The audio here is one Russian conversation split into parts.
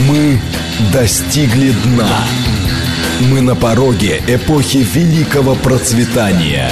Мы достигли дна. Мы на пороге эпохи великого процветания.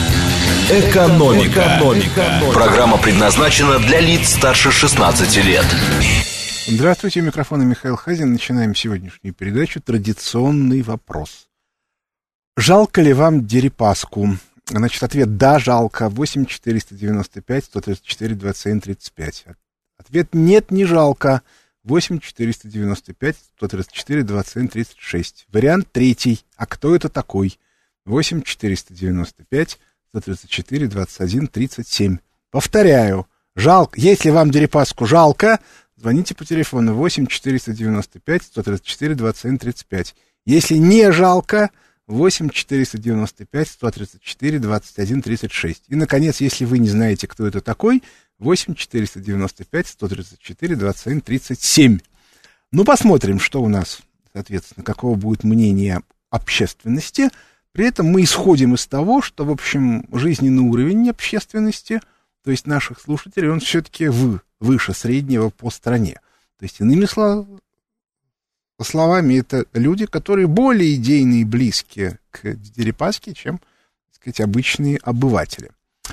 Экономика. Программа предназначена для лиц старше 16 лет. Здравствуйте, у микрофона Михаил Хазин. Начинаем сегодняшнюю передачу. Традиционный вопрос. Жалко ли вам Дерипаску? Значит, ответ «да, жалко». 8 495 134 27 35. Ответ «нет, не жалко». 8 495 134 27 36. Вариант третий. А кто это такой? 8 495 134 21 37. Повторяю. Жалко. Если вам Дерипаску жалко, звоните по телефону 8 495 134 27 35. Если не жалко, 8 495 134 21 36. И, наконец, если вы не знаете, кто это такой, 8 495 134 27 37. Ну, посмотрим, что у нас, соответственно, какого будет мнение общественности. При этом мы исходим из того, что, в общем, жизненный уровень общественности, то есть наших слушателей, он все-таки выше среднего по стране. То есть, иными словами, это люди, которые более идейные и близкие к Дерипаске, чем, так сказать, обычные обыватели.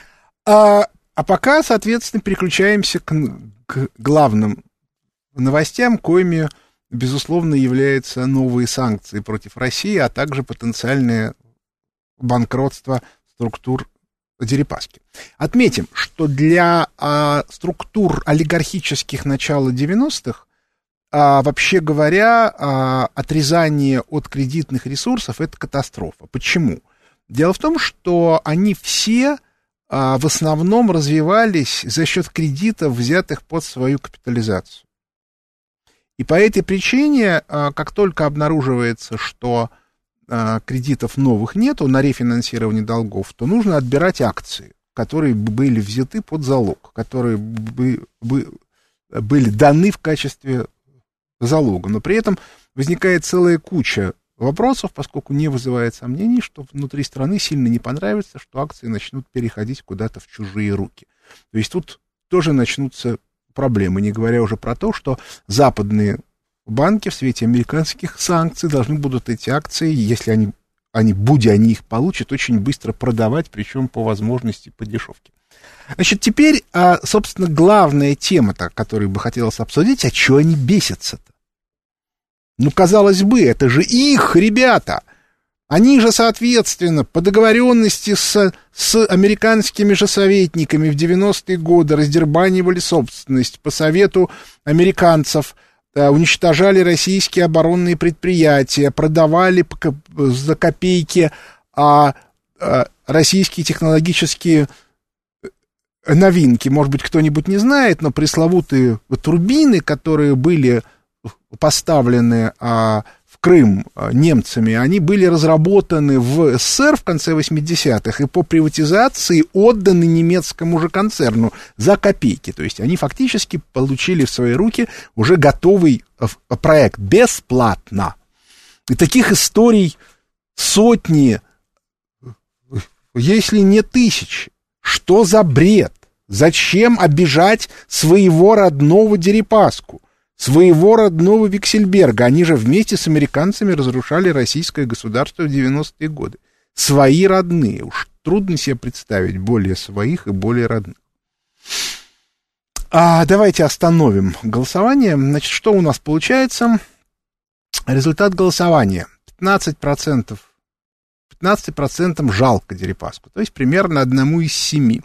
А пока, соответственно, переключаемся к главным новостям, коими, безусловно, являются новые санкции против России, а также потенциальное банкротство структур Дерипаски. Отметим, что для структур олигархических начала 90-х, вообще говоря, отрезание от кредитных ресурсов — это катастрофа. Почему? Дело в том, что они все в основном развивались за счет кредитов, взятых под свою капитализацию. И по этой причине, как только обнаруживается, что кредитов новых нету на рефинансирование долгов, то нужно отбирать акции, которые были взяты под залог, которые были даны в качестве залога. Но при этом возникает целая куча вопросов, поскольку не вызывает сомнений, что внутри страны сильно не понравится, что акции начнут переходить куда-то в чужие руки. То есть тут тоже начнутся проблемы, не говоря уже про то, что западные банки в свете американских санкций должны будут эти акции, если они их получат, очень быстро продавать, причем по возможности по дешевке. Значит, теперь, собственно, главная тема-то, которую бы хотелось обсудить, а чего они бесятся-то? Ну, казалось бы, это же их ребята. Они же, соответственно, по договоренности с американскими же советниками в 90-е годы раздербанивали собственность, по совету американцев уничтожали российские оборонные предприятия, продавали за копейки российские технологические новинки. Может быть, кто-нибудь не знает, но пресловутые турбины, которые были поставлены в Крым немцами, они были разработаны в СССР в конце 80-х и по приватизации отданы немецкому же концерну за копейки. То есть они фактически получили в свои руки уже готовый проект бесплатно. И таких историй сотни, если не тысячи. Что за бред? Зачем обижать своего родного Дерипаску? Своего родного Виксельберга. Они же вместе с американцами разрушали российское государство в 90-е годы. Свои родные. Уж трудно себе представить более своих и более родных. Давайте остановим голосование. Значит, что у нас получается? Результат голосования. 15% жалко Дерипаску. То есть примерно 1 из 7.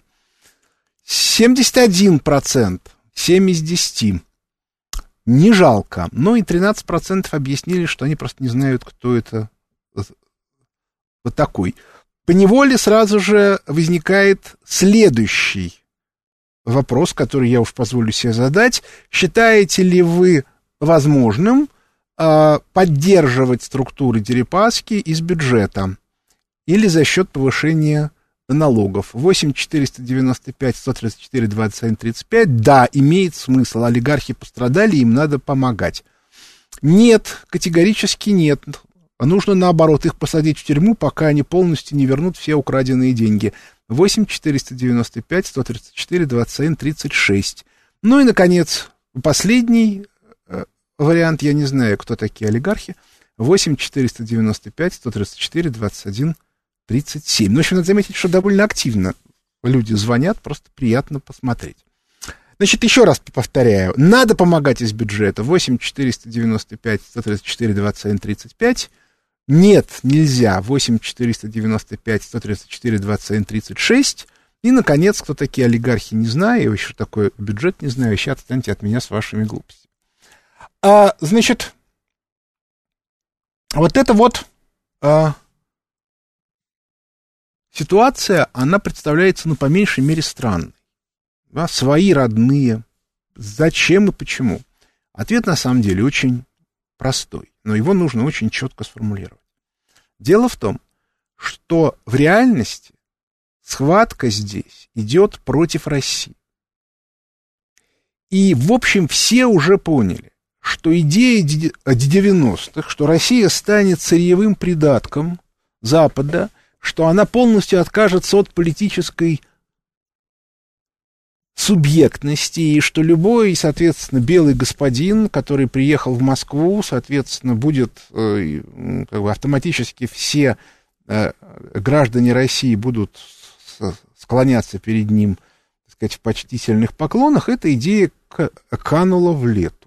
71%. 7 из 10. Не жалко. Ну и 13% объяснили, что они просто не знают, кто это вот такой. Поневоле сразу же возникает следующий вопрос, который я уж позволю себе задать. Считаете ли вы возможным поддерживать структуры Дерипаски из бюджета или за счет повышения налогов? 8 495 134 27 35. Да, имеет смысл. Олигархи пострадали, им надо помогать. Нет, категорически нет. Нужно, наоборот, их посадить в тюрьму, пока они полностью не вернут все украденные деньги. 8 495 134 27 36. Ну и, наконец, последний вариант, я не знаю, кто такие олигархи, 8-495-134-21-37. Ну, в общем, надо заметить, что довольно активно люди звонят, просто приятно посмотреть. Значит, еще раз повторяю, надо помогать из бюджета. 8-495-134-21-35. Нет, нельзя. 8-495-134-21-36. И, наконец, кто такие олигархи, не знаю, еще такой бюджет не знаю, сейчас отстаньте от меня с вашими глупостями. Значит, вот эта вот ситуация, она представляется, ну, по меньшей мере, странной. Да, свои родные. Зачем и почему? Ответ, на самом деле, очень простой, но его нужно очень четко сформулировать. Дело в том, что в реальности схватка здесь идет против России. И, в общем, все уже поняли, что идея 90-х, что Россия станет сырьевым придатком Запада, что она полностью откажется от политической субъектности, и что любой, соответственно, белый господин, который приехал в Москву, соответственно, будет как бы автоматически все граждане России будут склоняться перед ним, так сказать, в почтительных поклонах, эта идея канула в лету.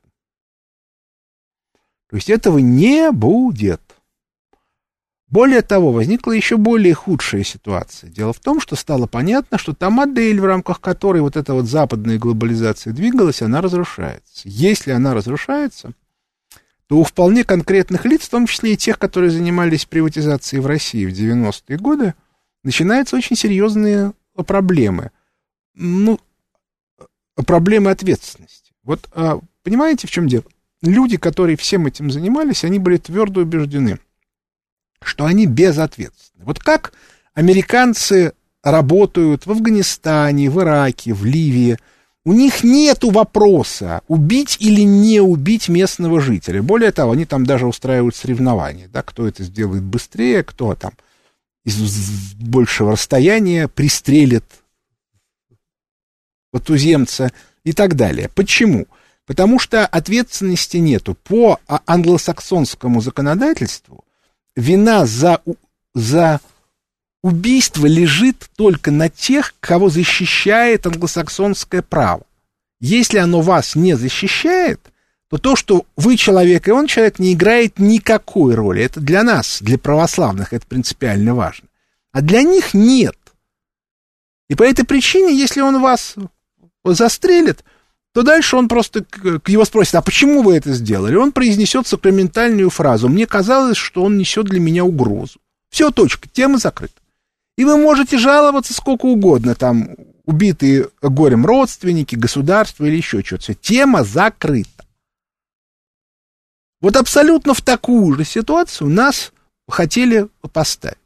То есть этого не будет. Более того, возникла еще более худшая ситуация. Дело в том, что стало понятно, что та модель, в рамках которой вот эта вот западная глобализация двигалась, она разрушается. Если она разрушается, то у вполне конкретных лиц, в том числе и тех, которые занимались приватизацией в России в 90-е годы, начинаются очень серьезные проблемы. Ну, проблемы ответственности. Вот понимаете, в чем дело? Люди, которые всем этим занимались, они были твердо убеждены, что они безответственны. Вот как американцы работают в Афганистане, в Ираке, в Ливии, у них нету вопроса, убить или не убить местного жителя. Более того, они там даже устраивают соревнования, да, кто это сделает быстрее, кто там из большего расстояния пристрелит туземца и так далее. Почему? Потому что ответственности нету. По англосаксонскому законодательству вина за убийство лежит только на тех, кого защищает англосаксонское право. Если оно вас не защищает, то, что вы человек и он человек, не играет никакой роли. Это для нас, для православных, это принципиально важно. А для них нет. И по этой причине, если он вас застрелит, то дальше он просто его спросит, а почему вы это сделали? Он произнесет сакраментальную фразу: мне казалось, что он несет для меня угрозу. Все, точка, тема закрыта. И вы можете жаловаться сколько угодно, там, убитые горем родственники, государство или еще что-то. Тема закрыта. Вот абсолютно в такую же ситуацию нас хотели поставить.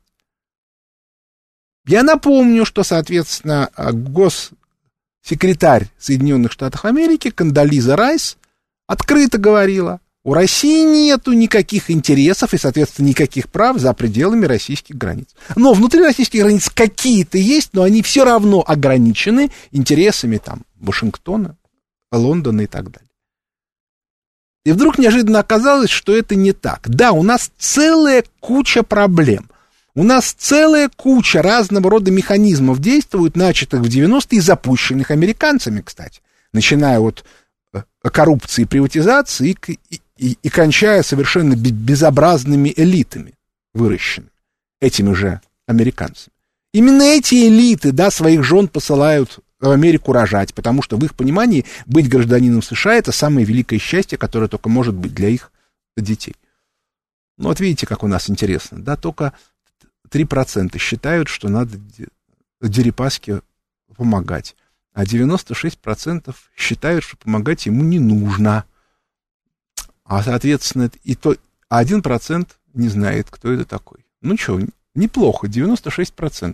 Я напомню, что, соответственно, госсекретарь Соединенных Штатов Америки Кондолиза Райс открыто говорила: у России нету никаких интересов и, соответственно, никаких прав за пределами российских границ. Но внутри российских границ какие-то есть, но они все равно ограничены интересами там Вашингтона, Лондона и так далее. И вдруг неожиданно оказалось, что это не так. Да, у нас целая куча проблем. У нас целая куча разного рода механизмов действует, начатых в 90-е и запущенных американцами, кстати. Начиная от коррупции и приватизации и кончая совершенно безобразными элитами, выращенными этими же американцами. Именно эти элиты, да, своих жен посылают в Америку рожать, потому что в их понимании быть гражданином США — это самое великое счастье, которое только может быть для их детей. Ну вот видите, как у нас интересно, да, только 3% считают, что надо Дерипаске помогать, а 96% считают, что помогать ему не нужно. А, соответственно, 1% не знает, кто это такой. Ну что, неплохо, 96%.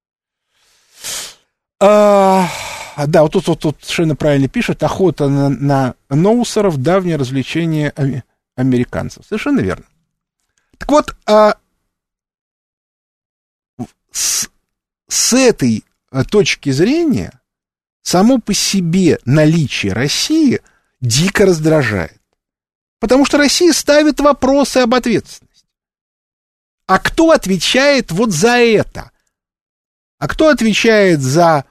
Да, вот тут совершенно правильно пишет: охота на ноусеров — давнее развлечение американцев. Совершенно верно. Так вот, с этой точки зрения само по себе наличие России дико раздражает. Потому что Россия ставит вопросы об ответственности. А кто отвечает вот за это? А кто отвечает за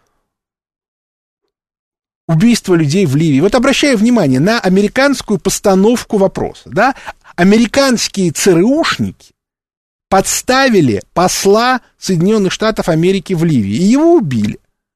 убийство людей в Ливии? Вот обращаю внимание на американскую постановку вопроса. Да? Американские ЦРУшники подставили посла Соединенных Штатов Америки в Ливии, и его убили.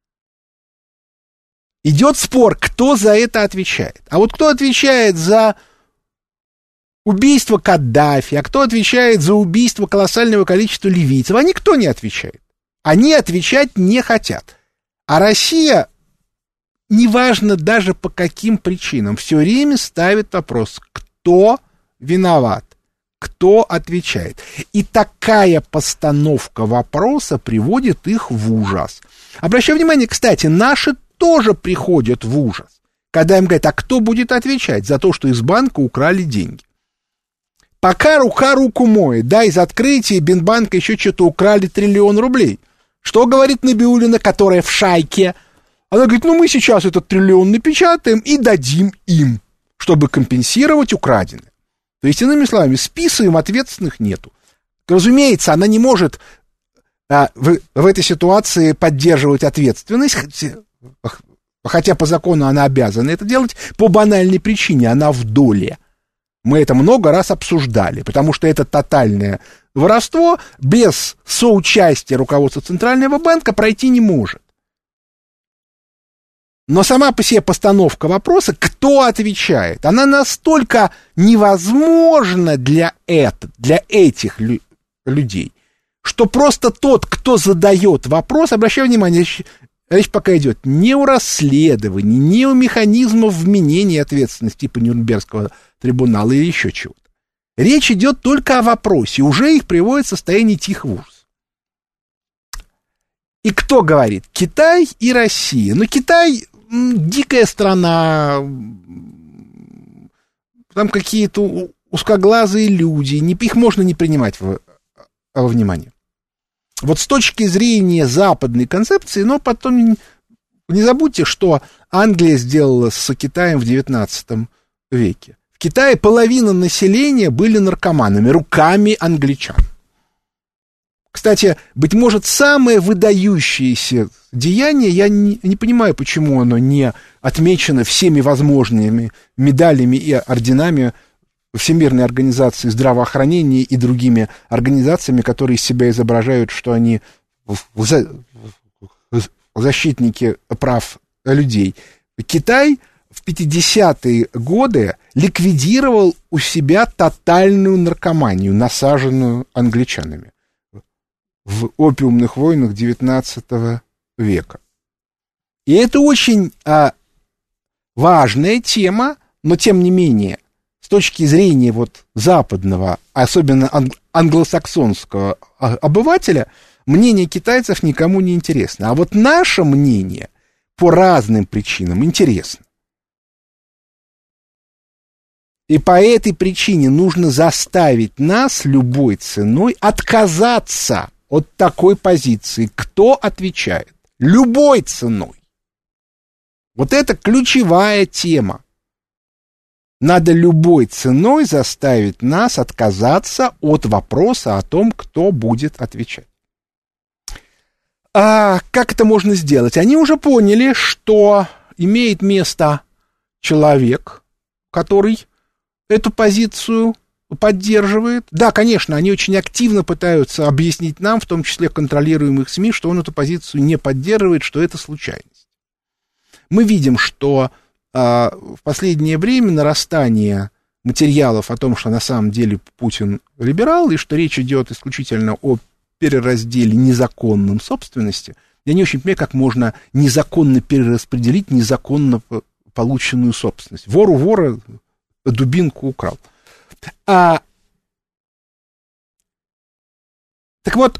Идет спор, кто за это отвечает. А вот кто отвечает за убийство Каддафи, а кто отвечает за убийство колоссального количества ливийцев, а никто не отвечает. Они отвечать не хотят. А Россия, неважно даже по каким причинам, все время ставит вопрос, кто виноват, кто отвечает. И такая постановка вопроса приводит их в ужас. Обращаю внимание, кстати, наши тоже приходят в ужас, когда им говорят, а кто будет отвечать за то, что из банка украли деньги? Пока рука руку моет, да, из открытия Бинбанка еще что-то украли 1 триллион рублей. Что говорит Набиуллина, которая в шайке? Она говорит, ну мы сейчас этот 1 триллион напечатаем и дадим им, чтобы компенсировать украденное. То есть, иными словами, списываем, ответственных нету. Разумеется, она не может в этой ситуации поддерживать ответственность, хотя по закону она обязана это делать, по банальной причине, она в доле. Мы это много раз обсуждали, потому что это тотальное воровство без соучастия руководства Центрального банка пройти не может. Но сама по себе постановка вопроса, кто отвечает, она настолько невозможна для этих людей, что просто тот, кто задает вопрос, обращаю внимание, речь пока идет не о расследовании, не о механизмах вменения ответственности типа Нюрнбергского трибунала или еще чего-то. Речь идет только о вопросе, уже их приводит в состояние тихого ужаса. И кто говорит? Китай и Россия. Но Китай дикая страна, там какие-то узкоглазые люди, их можно не принимать во внимание. Вот с точки зрения западной концепции, но потом не забудьте, что Англия сделала с Китаем в XIX веке. В Китае половина населения были наркоманами, руками англичан. Кстати, быть может, самое выдающееся деяние, я не понимаю, почему оно не отмечено всеми возможными медалями и орденами Всемирной организации здравоохранения и другими организациями, которые из себя изображают, что они защитники прав людей. Китай в 50-е годы ликвидировал у себя тотальную наркоманию, насаженную англичанами в опиумных войнах XIX века. И это очень важная тема, но тем не менее, с точки зрения вот западного, особенно англосаксонского обывателя, мнение китайцев никому не интересно. А вот наше мнение по разным причинам интересно. И по этой причине нужно заставить нас любой ценой отказаться от такой позиции. Кто отвечает? Любой ценой. Вот это ключевая тема. Надо любой ценой заставить нас отказаться от вопроса о том, кто будет отвечать. А как это можно сделать? Они уже поняли, что имеет место человек, который эту позицию поддерживает. Да, конечно, они очень активно пытаются объяснить нам, в том числе контролируемых СМИ, что он эту позицию не поддерживает, что это случайность. Мы видим, что в последнее время нарастание материалов о том, что на самом деле Путин либерал, и что речь идет исключительно о переразделе незаконном собственности. Я не очень понимаю, как можно незаконно перераспределить незаконно полученную собственность. Вору вора дубинку украл. Так вот,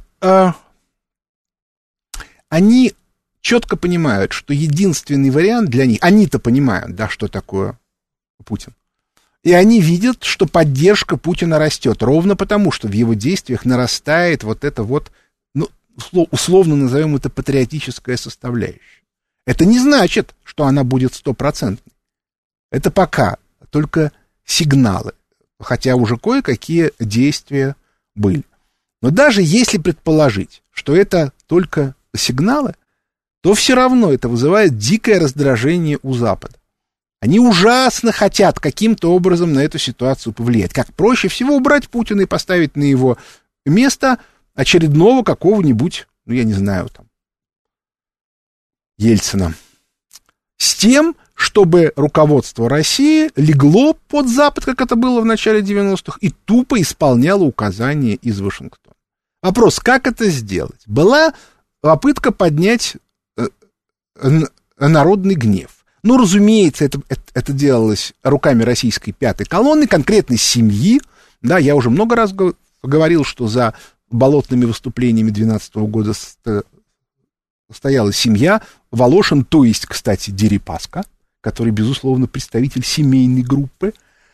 они четко понимают, что единственный вариант для них, они-то понимают, да, что такое Путин, и они видят, что поддержка Путина растет, ровно потому, что в его действиях нарастает вот это вот, ну, условно назовем это патриотическая составляющая. Это не значит, что она будет 100%. Это пока только сигналы. хотя уже кое-какие действия были. Но даже если предположить, что это только сигналы, то все равно это вызывает дикое раздражение у Запада. Они ужасно хотят каким-то образом на эту ситуацию повлиять. Как проще всего убрать Путина и поставить на его место очередного какого-нибудь, ну, я не знаю, там, Ельцина. С тем, чтобы руководство России легло под Запад, как это было в начале 90-х, и тупо исполняло указания из Вашингтона. Вопрос, как это сделать? Была попытка поднять народный гнев. Ну, разумеется, это делалось руками российской пятой колонны, конкретной семьи. Да, я уже много раз говорил, что за болотными выступлениями 2012 года стояла семья Волошин, то есть, кстати, Дерипаска, который, безусловно, представитель семейной группы.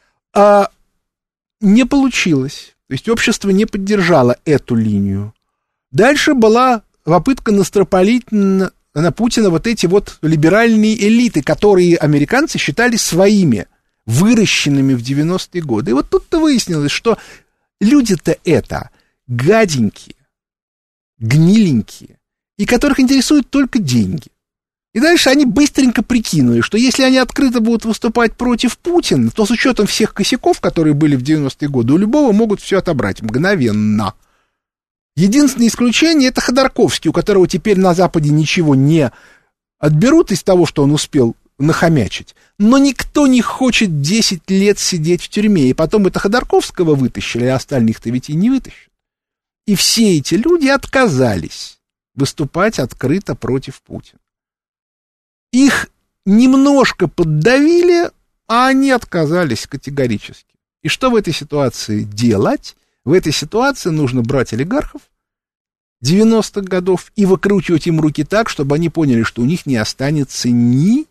Не получилось. То есть общество не поддержало эту линию. Дальше была попытка настропалить на Путина вот эти вот либеральные элиты, которые американцы считали своими, выращенными в 90-е годы. И вот тут-то выяснилось, что люди-то это гаденькие, гниленькие, и которых интересуют только деньги. И дальше они быстренько прикинули, что если они открыто будут выступать против Путина, то с учетом всех косяков, которые были в 90-е годы, у любого могут все отобрать мгновенно. Единственное исключение — это Ходорковский, у которого теперь на Западе ничего не отберут из того, что он успел нахомячить. Но никто не хочет 10 лет сидеть в тюрьме, и потом это Ходорковского вытащили, а остальных-то ведь и не вытащат. И все эти люди отказались выступать открыто против Путина. Их немножко поддавили, а они отказались категорически. И что в этой ситуации делать? В этой ситуации нужно брать олигархов 90-х годов и выкручивать им руки так, чтобы они поняли, что у них не останется ничего,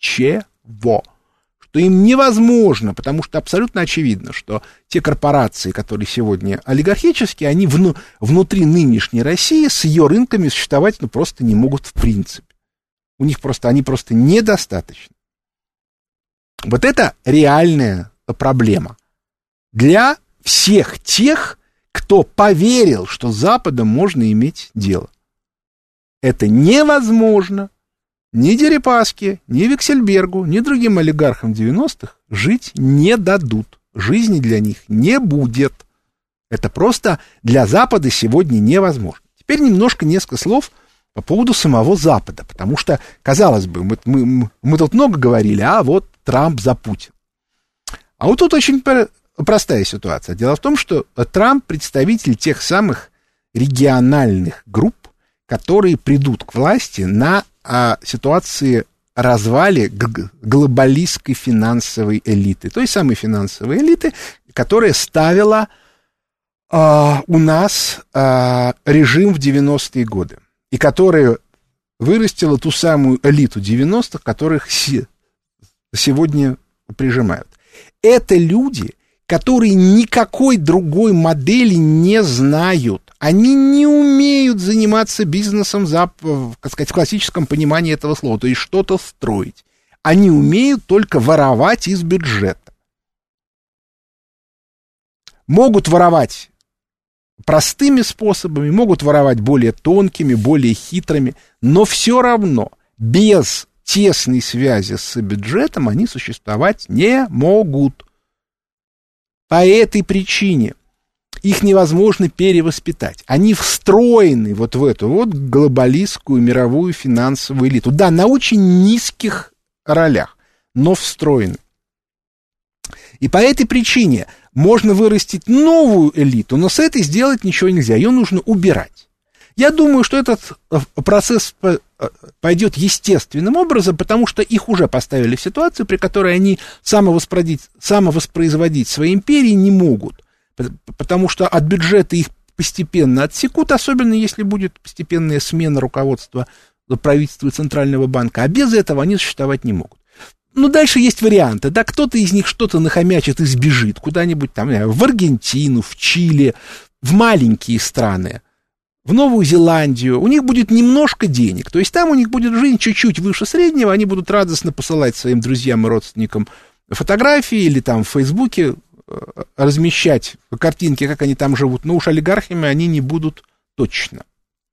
что им невозможно, потому что абсолютно очевидно, что те корпорации, которые сегодня олигархические, они внутри нынешней России с ее рынками существовать просто не могут в принципе. Они просто недостаточны. Вот это реальная проблема для всех тех, кто поверил, что с Западом можно иметь дело. Это невозможно. Ни Дерипаске, ни Виксельбергу, ни другим олигархам 90-х жить не дадут. Жизни для них не будет. Это просто для Запада сегодня невозможно. Теперь несколько слов по поводу самого Запада, потому что, казалось бы, мы тут много говорили, а вот Трамп за Путина. А вот тут очень простая ситуация. Дело в том, что Трамп представитель тех самых региональных групп, которые придут к власти на ситуации развале глобалистской финансовой элиты, той самой финансовой элиты, которая ставила у нас режим в 90-е годы, и которая вырастила ту самую элиту 90-х, которых сегодня прижимают. Это люди, которые никакой другой модели не знают. Они не умеют заниматься бизнесом, так сказать, в классическом понимании этого слова, то есть что-то строить. Они умеют только воровать из бюджета. Могут воровать простыми способами, могут воровать более тонкими, более хитрыми, но все равно без тесной связи с бюджетом они существовать не могут. По этой причине их невозможно перевоспитать. Они встроены вот в эту вот глобалистскую мировую финансовую элиту. Да, на очень низких ролях, но встроены. И по этой причине можно вырастить новую элиту, но с этой сделать ничего нельзя. Ее нужно убирать. Я думаю, что этот процесс пойдет естественным образом, потому что их уже поставили в ситуацию, при которой они самовоспроизводить свои империи не могут, потому что от бюджета их постепенно отсекут, особенно если будет постепенная смена руководства правительства и Центрального банка, а без этого они существовать не могут. Ну, дальше есть варианты, да, кто-то из них что-то нахомячит и сбежит куда-нибудь там, в Аргентину, в Чили, в маленькие страны, в Новую Зеландию, у них будет немножко денег, то есть там у них будет жизнь чуть-чуть выше среднего, они будут радостно посылать своим друзьям и родственникам фотографии или там в Фейсбуке размещать картинки, как они там живут, но уж олигархами они не будут точно.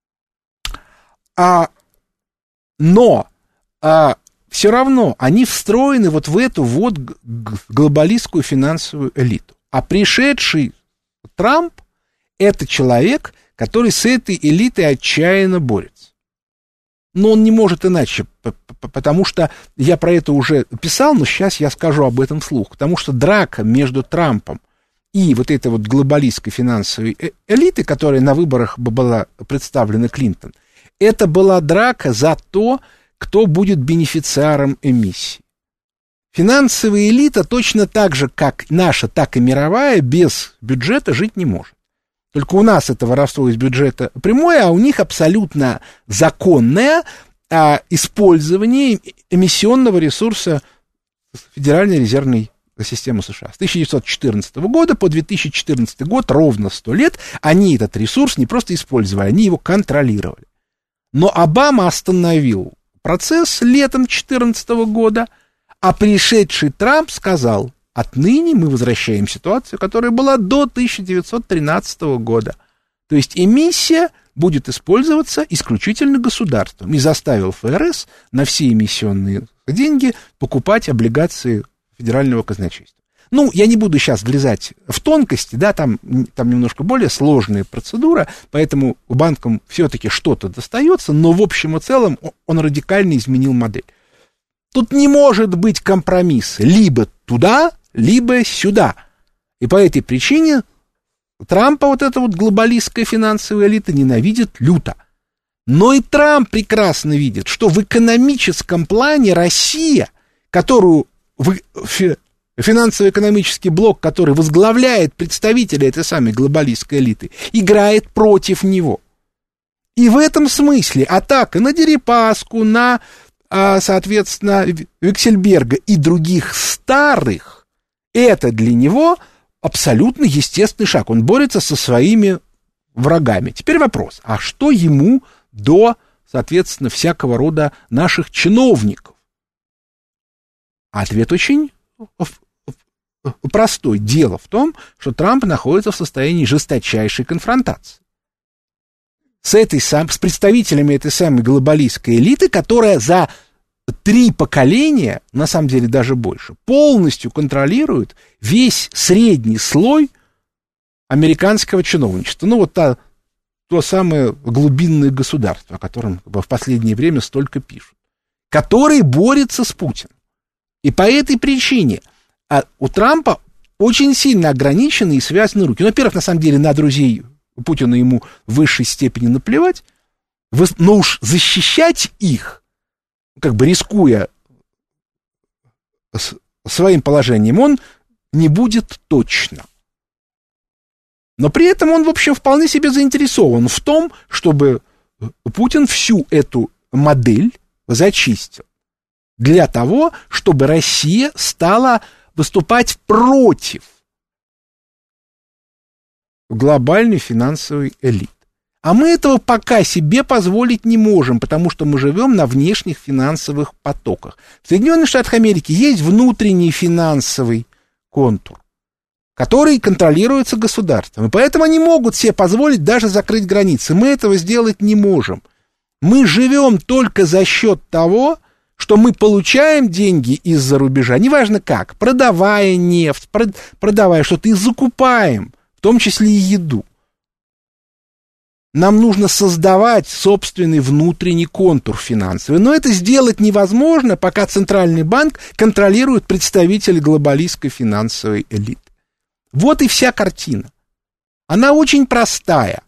Но все равно они встроены вот в эту вот глобалистскую финансовую элиту. А пришедший Трамп — это человек, который с этой элитой отчаянно борется. Но он не может иначе, потому что я про это уже писал, но сейчас я скажу об этом вслух. Потому что драка между Трампом и вот этой вот глобалистской финансовой элитой, которая на выборах была представлена Клинтон, это была драка за то, кто будет бенефициаром эмиссии. Финансовая элита точно так же, как наша, так и мировая, без бюджета жить не может. Только у нас это воровство из бюджета прямое, а у них абсолютно законное использование эмиссионного ресурса Федеральной резервной системы США. С 1914 года по 2014 год, ровно 100 лет, они этот ресурс не просто использовали, они его контролировали. Но Обама остановил процесс летом 2014 года, а пришедший Трамп сказал: отныне мы возвращаем ситуацию, которая была до 1913 года. То есть эмиссия будет использоваться исключительно государством. И заставил ФРС на все эмиссионные деньги покупать облигации федерального казначейства. Ну, я не буду сейчас влезать в тонкости, да, там немножко более сложная процедура, поэтому банкам все-таки что-то достается, но в общем и целом он радикально изменил модель. Тут не может быть компромисса либо туда, либо сюда. И по этой причине Трампа вот эта вот глобалистская финансовая элита ненавидит люто. Но и Трамп прекрасно видит, что в экономическом плане Россия, которую финансово-экономический блок, который возглавляет представители этой самой глобалистской элиты, играет против него. И в этом смысле атака на Дерипаску, на, соответственно, Виксельберга и других старых, это для него абсолютно естественный шаг. Он борется со своими врагами. Теперь вопрос, а что ему до, соответственно, всякого рода наших чиновников? Ответ очень простой. Дело в том, что Трамп находится в состоянии жесточайшей конфронтации с представителями этой самой глобалистской элиты, которая за 3 поколения, на самом деле даже больше, полностью контролирует весь средний слой американского чиновничества. Ну, вот то самое глубинное государство, о котором в последнее время столько пишут, который борется с Путиным. И по этой причине у Трампа очень сильно ограничены и связаны руки. Ну, во-первых, на самом деле, на друзей Путина ему в высшей степени наплевать, но уж защищать их, как бы рискуя своим положением, он не будет точно. Но при этом он, в общем, вполне себе заинтересован в том, чтобы Путин всю эту модель зачистил. Для того, чтобы Россия стала выступать против глобальной финансовой элиты. А мы этого пока себе позволить не можем, потому что мы живем на внешних финансовых потоках. В Соединенных Штатах Америки есть внутренний финансовый контур, который контролируется государством. И поэтому они могут себе позволить даже закрыть границы. Мы этого сделать не можем. Мы живем только за счет того, что мы получаем деньги из-за рубежа, неважно как, продавая нефть, продавая что-то, и закупаем, в том числе и еду. Нам нужно создавать собственный внутренний контур финансовый. Но это сделать невозможно, пока Центральный банк контролирует представителей глобалистской финансовой элиты. Вот и вся картина. Она очень простая.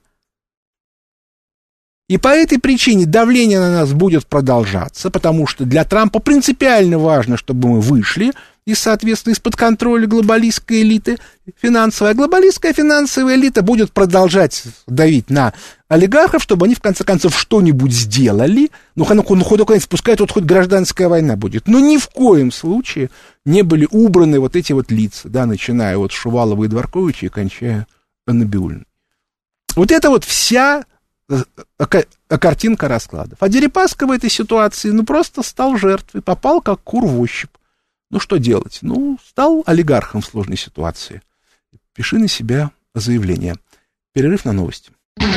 И по этой причине давление на нас будет продолжаться, потому что для Трампа принципиально важно, чтобы мы вышли соответственно, из-под контроля глобалистской элиты финансовой. А глобалистская финансовая элита будет продолжать давить на олигархов, чтобы они, в конце концов, что-нибудь сделали. Ну, хоть конец, пускай тут хоть гражданская война будет. Но ни в коем случае не были убраны вот эти вот лица, да, начиная от Шувалова и Дворковича и кончая Набиуллиной. Вот это вот вся картинка раскладов. А Дерипаска в этой ситуации, просто стал жертвой, попал как кур в ощупь. Ну, что делать? Стал олигархом в сложной ситуации. пиши на себя заявление. Перерыв на новости.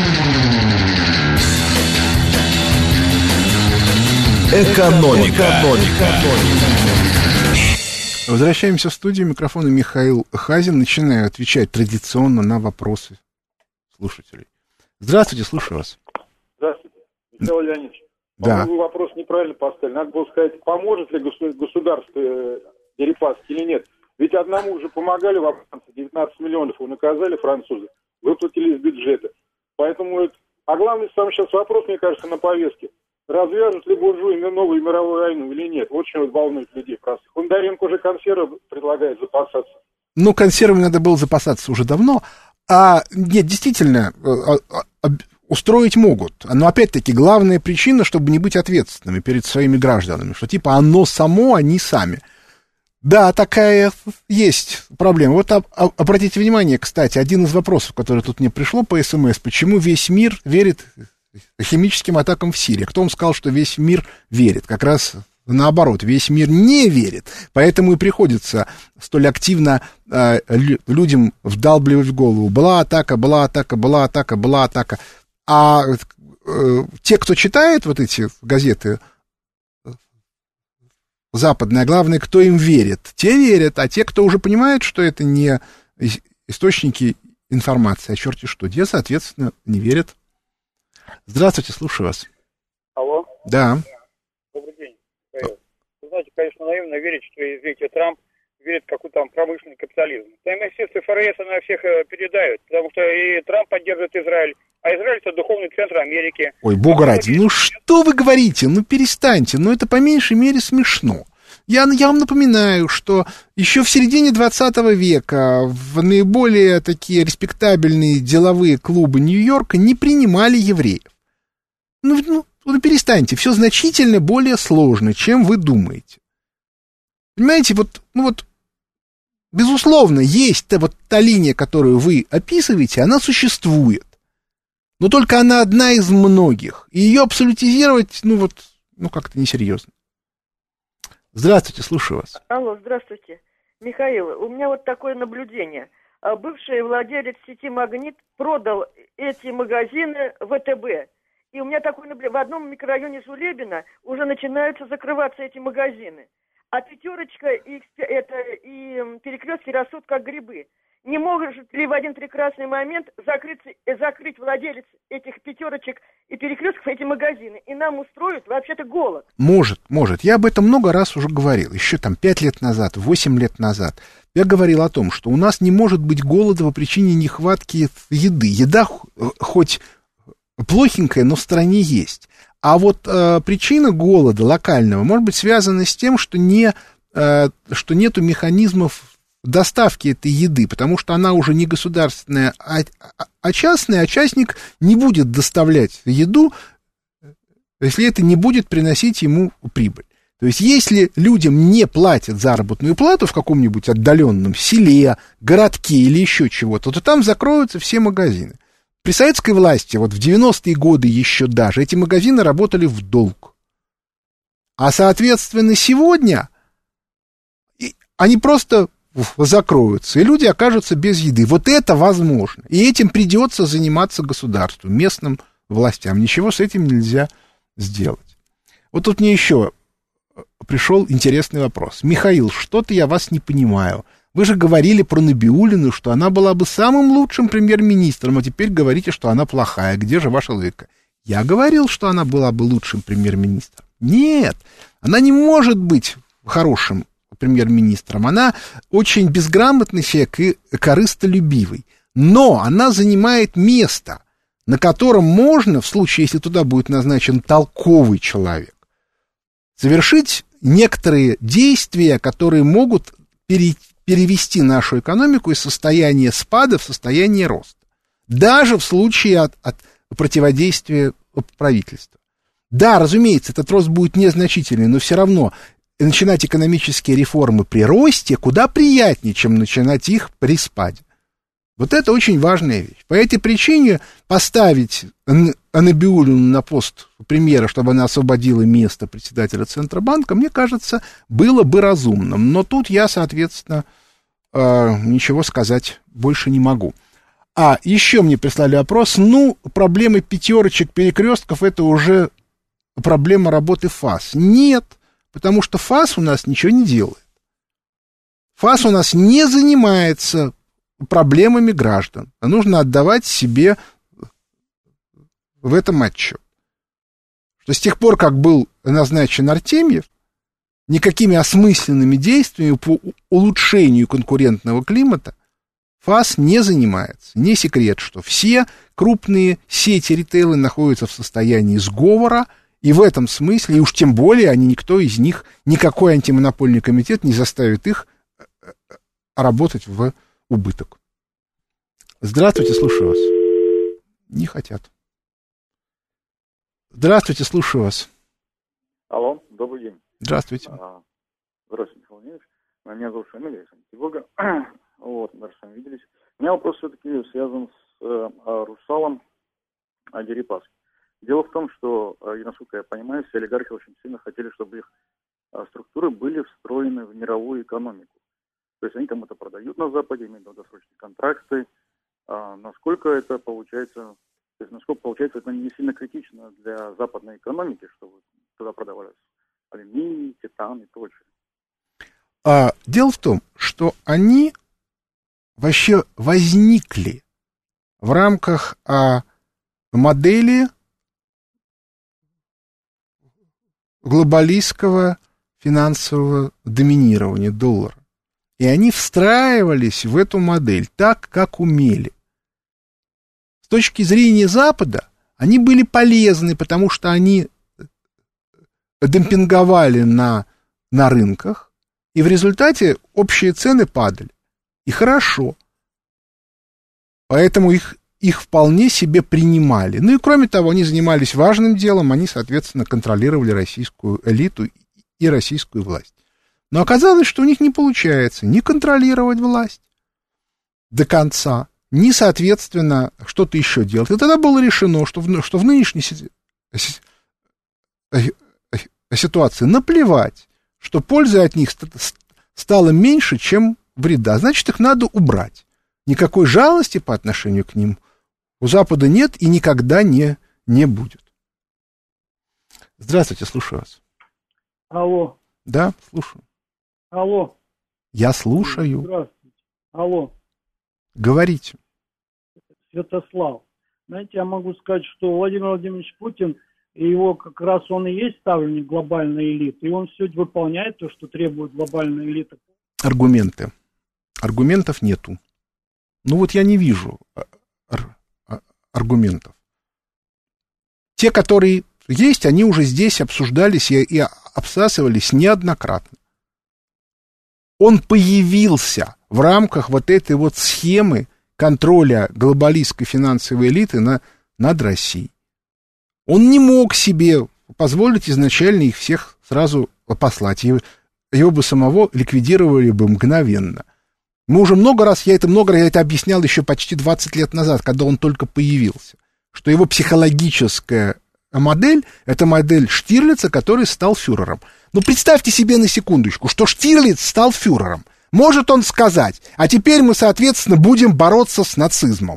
Экономика. Возвращаемся в студию. Микрофон Михаил Хазин. Начинаю отвечать традиционно на вопросы слушателей. Здравствуйте, слушаю вас. Здравствуйте, Михаил Леонидович. Да. Вы вопрос неправильно поставили. Надо было сказать, поможет ли государство Дерипаске или нет. Ведь одному уже помогали во Франции, 19 миллионов наказали французы, выплатили из бюджета. Поэтому А главный сам сейчас вопрос, мне кажется, на повестке. Развяжут ли буржуи новую мировую войну или нет? Вот что волнует людей простых. Бондаренко уже консервы предлагает запасаться. Ну, консервами надо было запасаться уже давно. Нет, действительно, устроить могут. Но, опять-таки, главная причина, чтобы не быть ответственными перед своими гражданами. Что, типа, оно само, они сами. Да, такая есть проблема. Вот обратите внимание, кстати, один из вопросов, который тут мне пришло по СМС. Почему весь мир верит химическим атакам в Сирии? Кто вам сказал, что весь мир верит? Как раз наоборот, весь мир не верит. Поэтому и приходится столь активно людям вдалбливать в голову. Была атака, была атака, была атака, была атака. А те, кто читает вот эти газеты западные, а главное, кто им верит, те верят, а те, кто уже понимают, что это не источники информации, а черти что, те, соответственно, не верят. Здравствуйте, слушаю вас. Алло. Да. Добрый день. Вы знаете, конечно, наивно верить, что, извините, Трамп верит в какой-то там промышленный капитализм. Там, естественно, ФРС она всех передает, потому что и Трамп поддерживает Израиль, а Израиль — это духовный центр Америки. Ой, бога ради, ну что вы говорите? Ну перестаньте, ну это по меньшей мере смешно. Я вам напоминаю, что еще в середине 20 века в наиболее такие респектабельные деловые клубы Нью-Йорка не принимали евреев. Ну перестаньте, все значительно более сложно, чем вы думаете. Понимаете, безусловно, есть та линия, которую вы описываете, она существует. Но только она одна из многих. И ее абсолютизировать, как-то несерьезно. Здравствуйте, слушаю вас. Алло, здравствуйте. Михаил, у меня вот такое наблюдение. Бывший владелец сети «Магнит» продал эти магазины ВТБ. И у меня такое наблюдение. В одном микрорайоне Жулебина уже начинаются закрываться эти магазины. А «Пятерочка» и «Перекрестки» растут как грибы. Не может ли в один прекрасный момент закрыть владелец этих «Пятерочек» и «Перекрестков» эти магазины? И нам устроят вообще-то голод. Может. Я об этом много раз уже говорил. Еще 5 лет назад, 8 лет назад. Я говорил о том, что у нас не может быть голода по причине нехватки еды. Еда хоть плохенькая, но в стране есть. А вот причина голода локального может быть связана с тем, что нету механизмов доставки этой еды, потому что она уже не государственная, а частная, а частник не будет доставлять еду, если это не будет приносить ему прибыль. То есть, если людям не платят заработную плату в каком-нибудь отдаленном селе, городке или еще чего-то, то там закроются все магазины. При советской власти, в 90-е годы еще даже, эти магазины работали в долг. А, соответственно, сегодня они просто закроются, и люди окажутся без еды. Вот это возможно. И этим придется заниматься государству, местным властям. Ничего с этим нельзя сделать. Вот тут мне еще пришел интересный вопрос. Михаил, что-то я вас не понимаю. Вы же говорили про Набиуллину, что она была бы самым лучшим премьер-министром, а теперь говорите, что она плохая. Где же ваша логика? Я говорил, что она была бы лучшим премьер-министром. Нет, она не может быть хорошим премьер-министром. Она очень безграмотный человек и корыстолюбивый. Но она занимает место, на котором можно, в случае, если туда будет назначен толковый человек, совершить некоторые действия, которые могут перевести нашу экономику из состояния спада в состояние роста. Даже в случае от противодействия правительства. Да, разумеется, этот рост будет незначительный, но все равно начинать экономические реформы при росте куда приятнее, чем начинать их при спаде. Вот это очень важная вещь. По этой причине поставить Набиуллину на пост премьера, чтобы она освободила место председателя Центробанка, мне кажется, было бы разумным. Но тут я, соответственно, ничего сказать больше не могу. А еще мне прислали вопрос, проблемы пятерочек, перекрестков, это уже проблема работы ФАС. Нет, потому что ФАС у нас ничего не делает. ФАС у нас не занимается проблемами граждан. Нужно отдавать себе в этом отчет. Что с тех пор, как был назначен Артемьев, никакими осмысленными действиями по улучшению конкурентного климата ФАС не занимается. Не секрет, что все крупные сети ритейла находятся в состоянии сговора, и в этом смысле, и уж тем более, никто из них, никакой антимонопольный комитет не заставит их работать в убыток. Здравствуйте, слушаю вас. Не хотят. Здравствуйте, слушаю вас. Алло, добрый день. Здравствуйте. Здравствуйте, Михаил Владимирович. Меня зовут Шамиль, я из Санкт-Петербурга. Мы с вами виделись. У меня вопрос все-таки связан с Русалом Дерипаской. Дело в том, что, насколько я понимаю, все олигархи очень сильно хотели, чтобы их структуры были встроены в мировую экономику. То есть они кому-то продают на Западе, имеют долгосрочные контракты. Насколько это получается, это не сильно критично для западной экономики, чтобы туда продавались алюминий, титан и прочее. Дело в том, что они вообще возникли в рамках модели глобалистского финансового доминирования доллара. И они встраивались в эту модель так, как умели. С точки зрения Запада они были полезны, потому что они демпинговали на рынках, и в результате общие цены падали. И хорошо. Поэтому их вполне себе принимали. Ну и кроме того, они занимались важным делом, они, соответственно, контролировали российскую элиту и российскую власть. Но оказалось, что у них не получается ни контролировать власть до конца, ни, соответственно, что-то еще делать. И тогда было решено, что в нынешней ситуации наплевать, что пользы от них стало меньше, чем вреда. Значит, их надо убрать. Никакой жалости по отношению к ним у Запада нет и никогда не будет. Здравствуйте, слушаю вас. Алло. Да, слушаю. Алло. Я слушаю. Здравствуйте. Алло. Говорите. Святослав. Знаете, я могу сказать, что Владимир Владимирович Путин, его как раз он и есть ставленник глобальной элиты, и он все выполняет то, что требует глобальная элита. Аргументы. Аргументов нету. Ну вот я не вижу аргументов. Те, которые есть, они уже здесь обсуждались и обсасывались неоднократно. Он появился в рамках вот этой вот схемы контроля глобалистской финансовой элиты над Россией. Он не мог себе позволить изначально их всех сразу послать. Его бы самого ликвидировали бы мгновенно. Я это объяснял еще почти 20 лет назад, когда он только появился, что его психологическая модель — это модель Штирлица, который стал фюрером. Ну, представьте себе на секундочку, что Штирлиц стал фюрером. Может он сказать, а теперь мы, соответственно, будем бороться с нацизмом?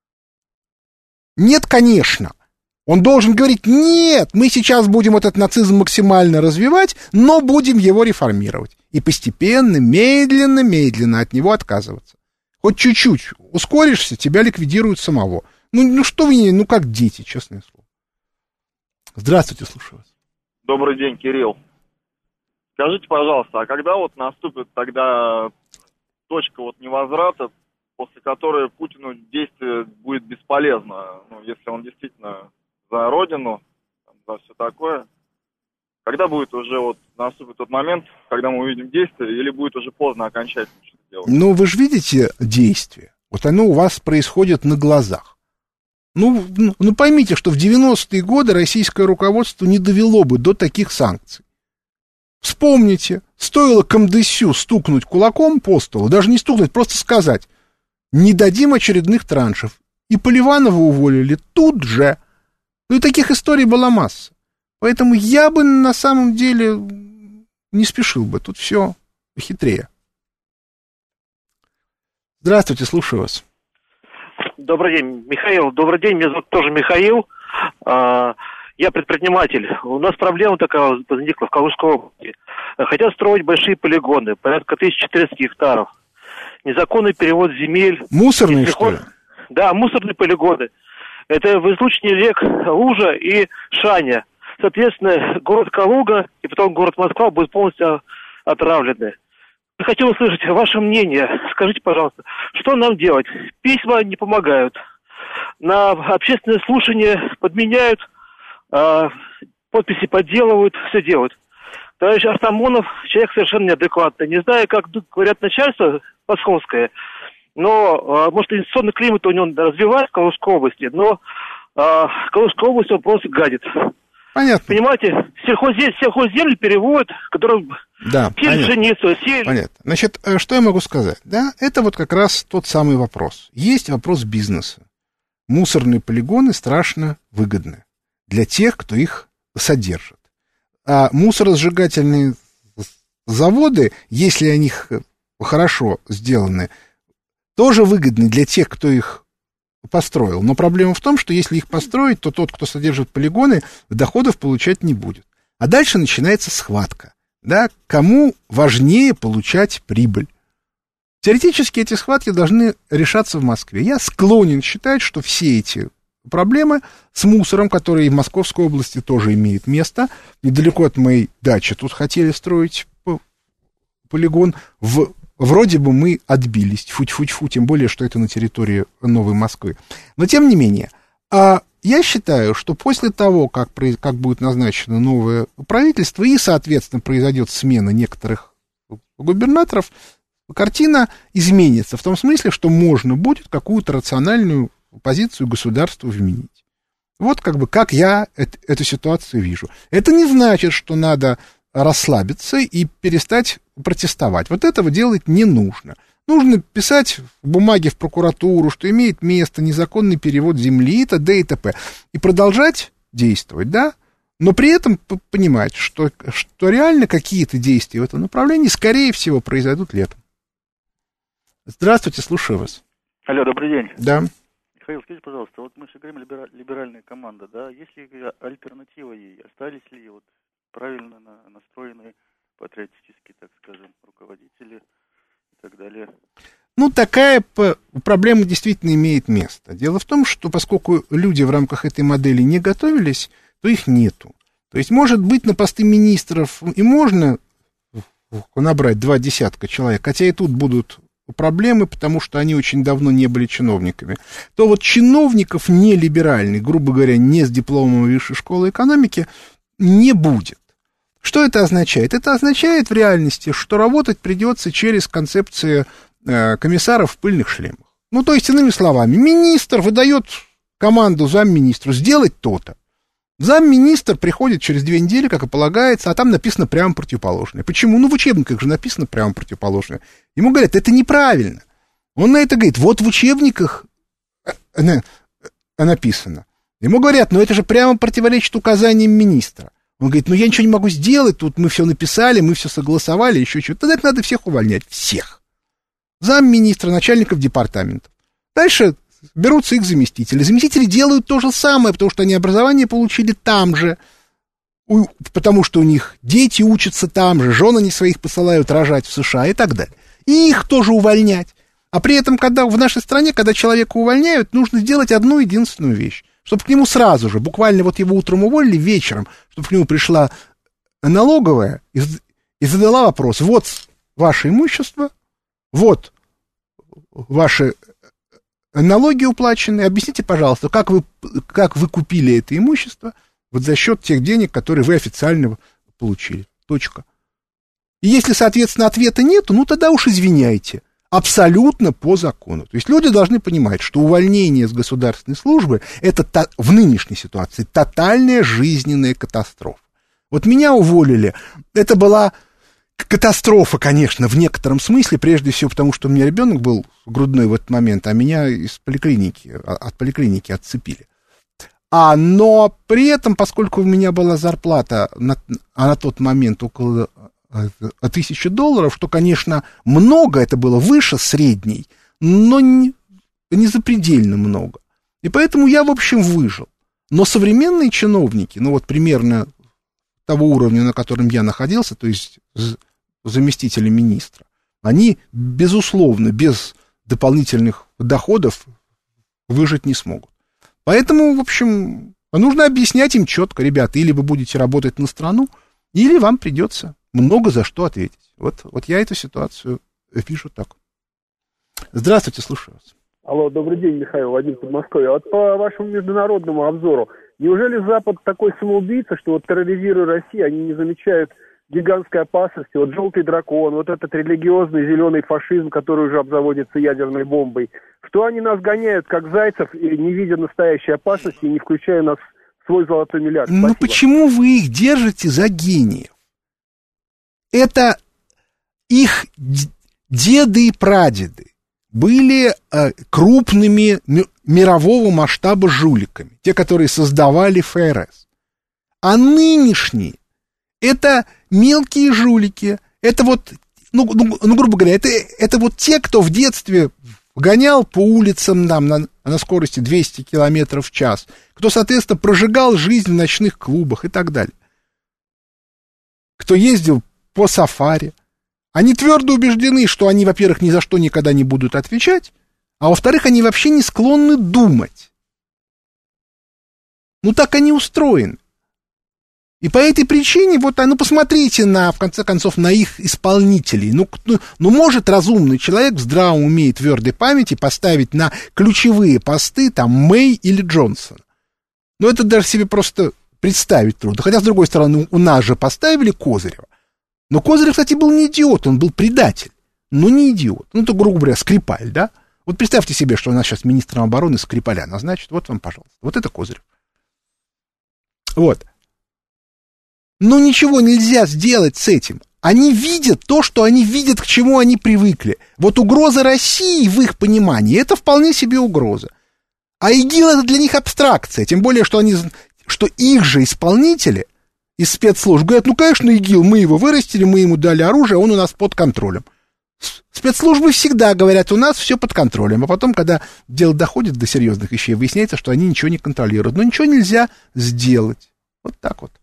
Нет, конечно. Он должен говорить, нет, мы сейчас будем этот нацизм максимально развивать, но будем его реформировать. И постепенно, медленно от него отказываться. Хоть чуть-чуть ускоришься, тебя ликвидируют самого. Ну что вы, как дети, честное слово. Здравствуйте, слушаю вас. Добрый день, Кирилл. Скажите, пожалуйста, а когда вот наступит тогда точка вот невозврата, после которой Путину действие будет бесполезно, если он действительно за родину, за все такое? Когда будет уже наступит тот момент, когда мы увидим действие, или будет уже поздно окончательно что-то делать? Ну, вы же видите действие. Вот оно у вас происходит на глазах. Ну, поймите, что в 90-е годы российское руководство не довело бы до таких санкций. Вспомните, стоило КМДСЮ стукнуть кулаком по столу, даже не стукнуть, просто сказать, не дадим очередных траншев. И Поливанова уволили тут же. Ну и таких историй была масса. Поэтому я бы на самом деле не спешил бы. Тут все хитрее. Здравствуйте, слушаю вас. Добрый день, Михаил. Добрый день, меня зовут тоже Михаил. Я предприниматель. У нас проблема такая возникла в Калужской области. Хотят строить большие полигоны, порядка 1400 гектаров. Незаконный перевод земель. Мусорные, что ли? Да, мусорные полигоны. Это в излучине рек Лужа и Шаня. Соответственно, город Калуга и потом город Москва будут полностью отравлены. Хочу услышать ваше мнение. Скажите, пожалуйста, что нам делать? Письма не помогают. На общественное слушание подменяют, подписи подделывают, все делают. Товарищ Артамонов человек совершенно неадекватный. Не знаю, как говорят начальство московское, но, может, инвестиционный климат у него развивается в Калужской области, но Калужская область он просто гадит. Понятно. Понимаете, сельхозземли переводят, которые сеют пшеницу, сеяли. Понятно. Значит, что я могу сказать? Да, это вот как раз тот самый вопрос. Есть вопрос бизнеса. Мусорные полигоны страшно выгодны для тех, кто их содержит. А мусоросжигательные заводы, если они хорошо сделаны, тоже выгодны для тех, кто их построил. Но проблема в том, что если их построить, то тот, кто содержит полигоны, доходов получать не будет. А дальше начинается схватка. Да? Кому важнее получать прибыль? Теоретически эти схватки должны решаться в Москве. Я склонен считать, что все эти проблемы с мусором, которые и в Московской области тоже имеют место, недалеко от моей дачи тут хотели строить полигон, вроде бы мы отбились, тьфу-тьфу-тьфу, тем более, что это на территории Новой Москвы. Но тем не менее, я считаю, что после того, как будет назначено новое правительство и, соответственно, произойдет смена некоторых губернаторов, картина изменится в том смысле, что можно будет какую-то рациональную позицию государства вменить. Вот как я эту ситуацию вижу. Это не значит, что надо расслабиться и перестать протестовать. Вот этого делать не нужно. Нужно писать в бумаге в прокуратуру, что имеет место незаконный перевод земли и т.д. и т.п. И продолжать действовать, да? Но при этом понимать, что реально какие-то действия в этом направлении, скорее всего, произойдут летом. Здравствуйте, слушаю вас. Алло, добрый день. Да. Михаил, скажите, пожалуйста, вот мы же говорим либеральная команда, да? Есть ли альтернатива ей? Остались ли вот правильно настроенные патриотические, так скажем, руководители и так далее? Ну, такая проблема действительно имеет место. Дело в том, что поскольку люди в рамках этой модели не готовились, то их нету. То есть, может быть, на посты министров и можно набрать 20 человек, хотя и тут будут проблемы, потому что они очень давно не были чиновниками, то вот чиновников не либеральных, грубо говоря, не с дипломом высшей школы экономики, не будет. Что это означает? Это означает в реальности, что работать придется через концепцию комиссаров в пыльных шлемах. Ну, то есть, иными словами, министр выдает команду замминистру сделать то-то. Замминистр приходит через 2 недели, как и полагается, а там написано прямо противоположное. Почему? Ну, в учебниках же написано прямо противоположное. Ему говорят, это неправильно. Он на это говорит, вот в учебниках написано. Ему говорят, ну, это же прямо противоречит указаниям министра. Он говорит, ну, я ничего не могу сделать, тут мы все написали, мы все согласовали, еще что-то. Тогда надо всех увольнять, всех. Замминистра, начальников департаментов. Дальше берутся их заместители. Заместители делают то же самое, потому что они образование получили там же, потому что у них дети учатся там же, жены они своих посылают рожать в США и так далее. И их тоже увольнять. А при этом, когда в нашей стране, когда человека увольняют, нужно сделать одну единственную вещь. Чтобы к нему сразу же, буквально вот его утром уволили, вечером, чтобы к нему пришла налоговая и задала вопрос, вот ваше имущество, вот ваши налоги уплаченные, объясните, пожалуйста, как вы купили это имущество вот за счет тех денег, которые вы официально получили. Точка. И если, соответственно, ответа нету, ну тогда уж извиняйте. Абсолютно по закону. То есть люди должны понимать, что увольнение с государственной службы это в нынешней ситуации тотальная жизненная катастрофа. Вот меня уволили, это была катастрофа, конечно, в некотором смысле, прежде всего потому, что у меня ребенок был грудной в этот момент, а меня от поликлиники отцепили. Но при этом, поскольку у меня была зарплата на тот момент около $1000, что, конечно, много, это было выше средней, но не запредельно много. И поэтому я, в общем, выжил. Но современные чиновники, ну вот примерно того уровня, на котором я находился, то есть заместители министра, они, безусловно, без дополнительных доходов выжить не смогут. Поэтому, в общем, нужно объяснять им четко, ребята, или вы будете работать на страну, или вам придется много за что ответить. Вот я эту ситуацию вижу так. Здравствуйте, слушаю вас. Алло, добрый день, Михаил, Вадим, Подмосковье. Вот по вашему международному обзору, неужели Запад такой самоубийца, что вот терроризируя Россию, они не замечают гигантской опасности? Вот желтый дракон, вот этот религиозный зеленый фашизм, который уже обзаводится ядерной бомбой. Что они нас гоняют, как зайцев, не видя настоящей опасности и не включая нас в свой золотой миллиард? Ну почему вы их держите за гениев? Это их деды и прадеды были крупными мирового масштаба жуликами, те, которые создавали ФРС. А нынешние — это мелкие жулики, это вот, грубо говоря, это вот те, кто в детстве гонял по улицам на скорости 200 километров в час, кто, соответственно, прожигал жизнь в ночных клубах и так далее, кто ездил по сафари. Они твердо убеждены, что они, во-первых, ни за что никогда не будут отвечать, а во-вторых, они вообще не склонны думать. Ну, так они устроены. И по этой причине, посмотрите в конце концов, на их исполнителей. Может разумный человек в здравом уме и твердой памяти поставить на ключевые посты, Мэй или Джонсона. Но это даже себе просто представить трудно. Хотя, с другой стороны, у нас же поставили Козырева. Но Козырев, кстати, был не идиот, он был предатель, но не идиот. Это, грубо говоря, Скрипаль, да? Вот представьте себе, что у нас сейчас министром обороны Скрипаля назначат, вот вам, пожалуйста. Вот это Козырев. Вот. Но ничего нельзя сделать с этим. Они видят то, что они видят, к чему они привыкли. Вот угроза России, в их понимании, это вполне себе угроза. А ИГИЛ — это для них абстракция, тем более, что их же исполнители из спецслужб говорят, конечно, ИГИЛ, мы его вырастили, мы ему дали оружие, он у нас под контролем. Спецслужбы всегда говорят, у нас все под контролем, а потом, когда дело доходит до серьезных вещей, выясняется, что они ничего не контролируют. Но ничего нельзя сделать. Вот так вот.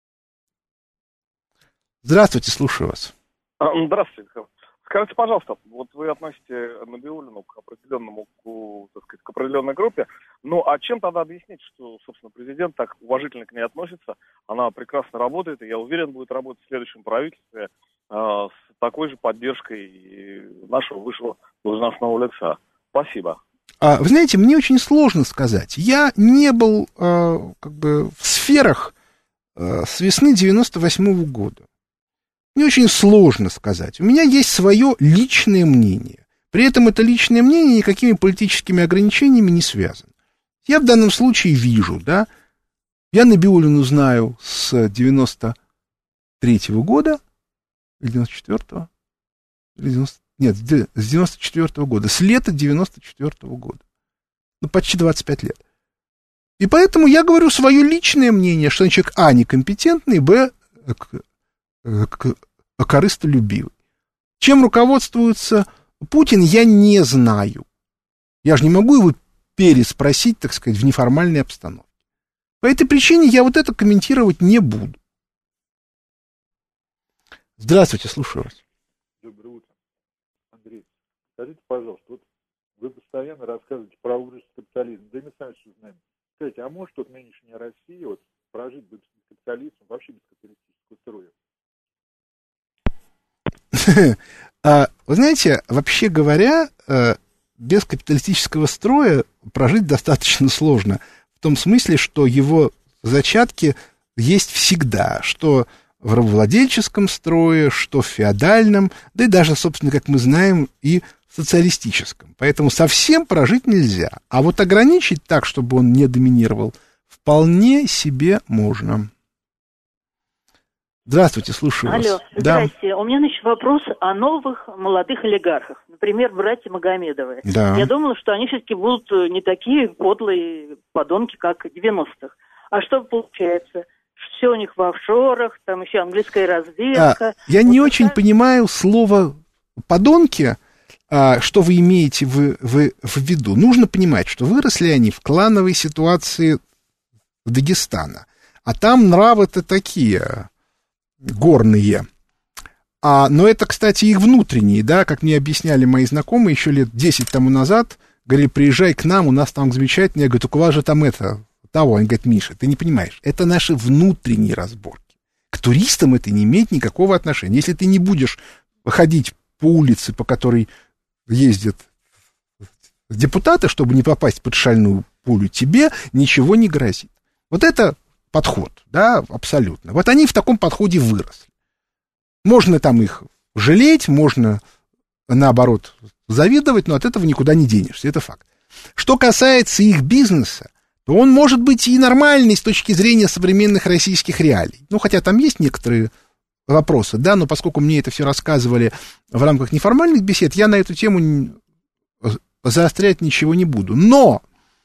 Здравствуйте, слушаю вас. Здравствуйте, Михаил. Скажите, пожалуйста, вот вы относите Набиуллину к определенному, к определенной группе, а чем тогда объяснить, что, собственно, президент так уважительно к ней относится, она прекрасно работает, и я уверен, будет работать в следующем правительстве с такой же поддержкой нашего высшего должностного лица. Спасибо. Вы знаете, мне очень сложно сказать. Я не был в сферах с весны 98-го года. Мне очень сложно сказать. У меня есть свое личное мнение. При этом это личное мнение никакими политическими ограничениями не связано. Я в данном случае вижу, да, я Набиуллину знаю с 93-го года, или 94-го, нет, с 94-го года, с лета 94-го года. Почти 25 лет. И поэтому я говорю свое личное мнение, что человек, а, некомпетентный, б, корыстолюбивый. Чем руководствуется Путин, я не знаю. Я же не могу его переспросить, так сказать, в неформальной обстановке. По этой причине я вот это комментировать не буду. Здравствуйте, слушаю вас. Доброе утро. Андрей, скажите, пожалуйста, вот вы постоянно рассказываете про ужас капитализма. Да и мы сами все знаем. Скажите, а может вот нынешняя Россия прожить без капитализма, вообще без капиталистического строя? Вы знаете, вообще говоря, без капиталистического строя прожить достаточно сложно. В том смысле, что его зачатки есть всегда, что в рабовладельческом строе, что в феодальном, да и даже, собственно, как мы знаем, и в социалистическом. Поэтому совсем прожить нельзя. А вот ограничить так, чтобы он не доминировал, вполне себе можно. Здравствуйте, слушаю вас. Алло, здрасте. У меня, вопрос о новых молодых олигархах. Например, братья Магомедовы. Да. Я думала, что они все-таки будут не такие подлые подонки, как 90-х. А что получается? Все у них в офшорах, там еще английская разведка. Я не очень понимаю слово «подонки». что вы имеете в виду. Нужно понимать, что выросли они в клановой ситуации Дагестана. А там нравы-то такие горные. Но это, кстати, их внутренние, да, как мне объясняли мои знакомые еще лет 10 тому назад, говорили, приезжай к нам, у нас там замечательно. Я говорю, так у вас же там того. Он говорит, Миша, ты не понимаешь, это наши внутренние разборки. К туристам это не имеет никакого отношения. Если ты не будешь ходить по улице, по которой ездят депутаты, чтобы не попасть под шальную пулю, тебе ничего не грозит. Вот это подход, да, абсолютно. Вот они в таком подходе выросли. Можно там их жалеть, можно, наоборот, завидовать, но от этого никуда не денешься, это факт. Что касается их бизнеса, то он может быть и нормальный с точки зрения современных российских реалий. Ну, хотя там есть некоторые вопросы, да, но поскольку мне это все рассказывали в рамках неформальных бесед, я на эту тему заострять ничего не буду. Но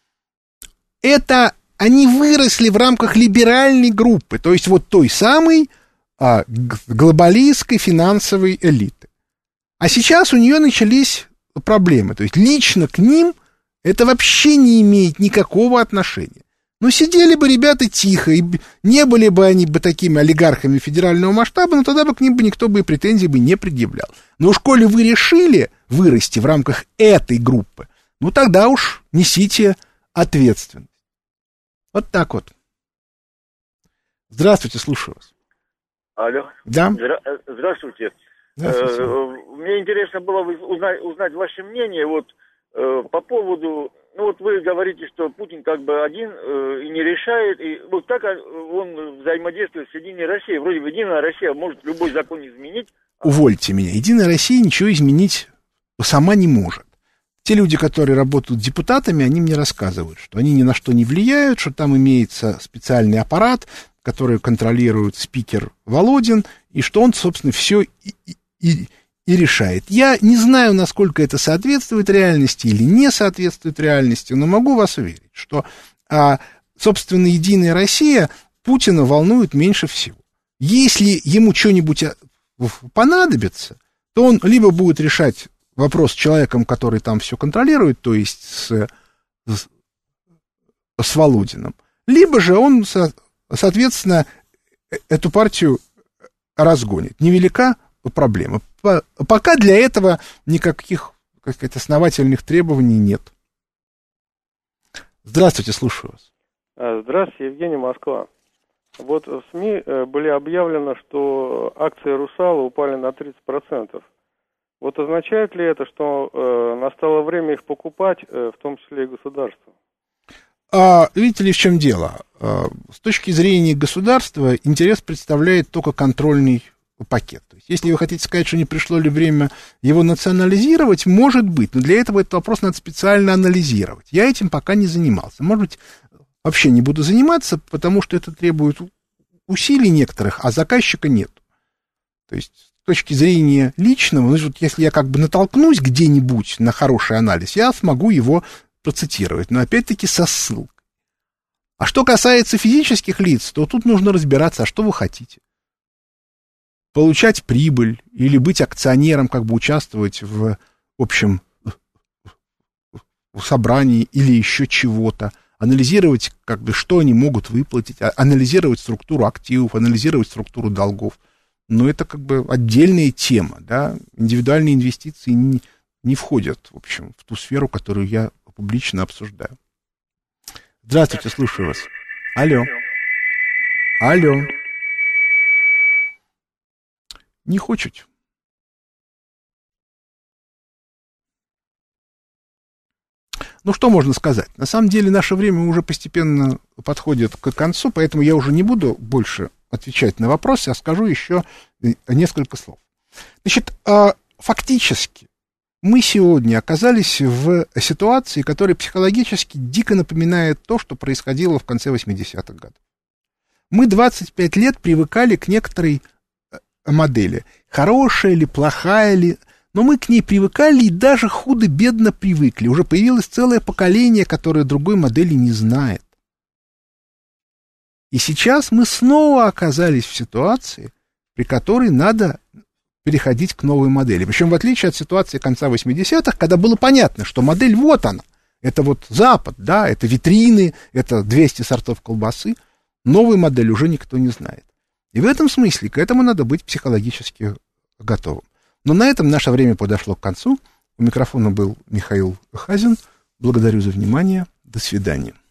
это они выросли в рамках либеральной группы, то есть вот той самой глобалистской финансовой элиты. А сейчас у нее начались проблемы, то есть лично к ним это вообще не имеет никакого отношения. Ну, сидели бы ребята тихо, и не были бы они бы такими олигархами федерального масштаба, но тогда бы к ним бы никто бы и претензий бы не предъявлял. Но уж коли вы решили вырасти в рамках этой группы, ну, тогда уж несите ответственность. Вот так вот. Здравствуйте, слушаю вас. Алло. Да. Здравствуйте. Здравствуйте. Мне интересно было узнать ваше мнение вот по поводу, ну вот вы говорите, что Путин как бы один и не решает, и вот как он взаимодействует с Единой Россией. Вроде бы Единая Россия может любой закон изменить. Увольте меня. Единая Россия ничего изменить сама не может. Те люди, которые работают депутатами, они мне рассказывают, что они ни на что не влияют, что там имеется специальный аппарат, который контролирует спикер Володин, и что он, собственно, все и решает. Я не знаю, насколько это соответствует реальности или не соответствует реальности, но могу вас уверить, что, собственно, Единая Россия Путина волнует меньше всего. Если ему что-нибудь понадобится, то он либо будет решать вопрос с человеком, который там все контролирует, то есть с Володиным, либо же он, соответственно, эту партию разгонит. Невелика проблема. Пока для этого никаких, как сказать, основательных требований нет. Здравствуйте, слушаю вас. Здравствуйте, Евгений, Москва. Вот в СМИ были объявлено, что акции «Русала» упали на 30%. Вот означает ли это, что настало время их покупать, в том числе и государству? Видите ли, в чем дело? С точки зрения государства интерес представляет только контрольный пакет. То есть, если вы хотите сказать, что не пришло ли время его национализировать, может быть, но для этого этот вопрос надо специально анализировать. Я этим пока не занимался. Может быть, вообще не буду заниматься, потому что это требует усилий некоторых, а заказчика нет. То есть, с точки зрения личного, вот если я как бы натолкнусь где-нибудь на хороший анализ, я смогу его процитировать, но опять-таки со ссылкой. А что касается физических лиц, то тут нужно разбираться, а что вы хотите. Получать прибыль или быть акционером, как бы участвовать в общем в собрании или еще чего-то, анализировать, как бы, что они могут выплатить, анализировать структуру активов, анализировать структуру долгов. Но это как бы отдельная тема, да, индивидуальные инвестиции не входят, в общем, в ту сферу, которую я публично обсуждаю. Здравствуйте, слушаю вас. Алло. Алло. Не хочет. Ну, что можно сказать? На самом деле, наше время уже постепенно подходит к концу, поэтому я уже не буду больше отвечать на вопросы, а скажу еще несколько слов. Значит, фактически мы сегодня оказались в ситуации, которая психологически дико напоминает то, что происходило в конце 80-х годов. Мы 25 лет привыкали к некоторой модели. Хорошая ли, плохая ли, но мы к ней привыкали и даже худо-бедно привыкли. Уже появилось целое поколение, которое другой модели не знает. И сейчас мы снова оказались в ситуации, при которой надо переходить к новой модели. Причем в отличие от ситуации конца 80-х, когда было понятно, что модель вот она. Это вот Запад, да, это витрины, это 200 сортов колбасы. Новую модель уже никто не знает. И в этом смысле к этому надо быть психологически готовым. Но на этом наше время подошло к концу. У микрофона был Михаил Хазин. Благодарю за внимание. До свидания.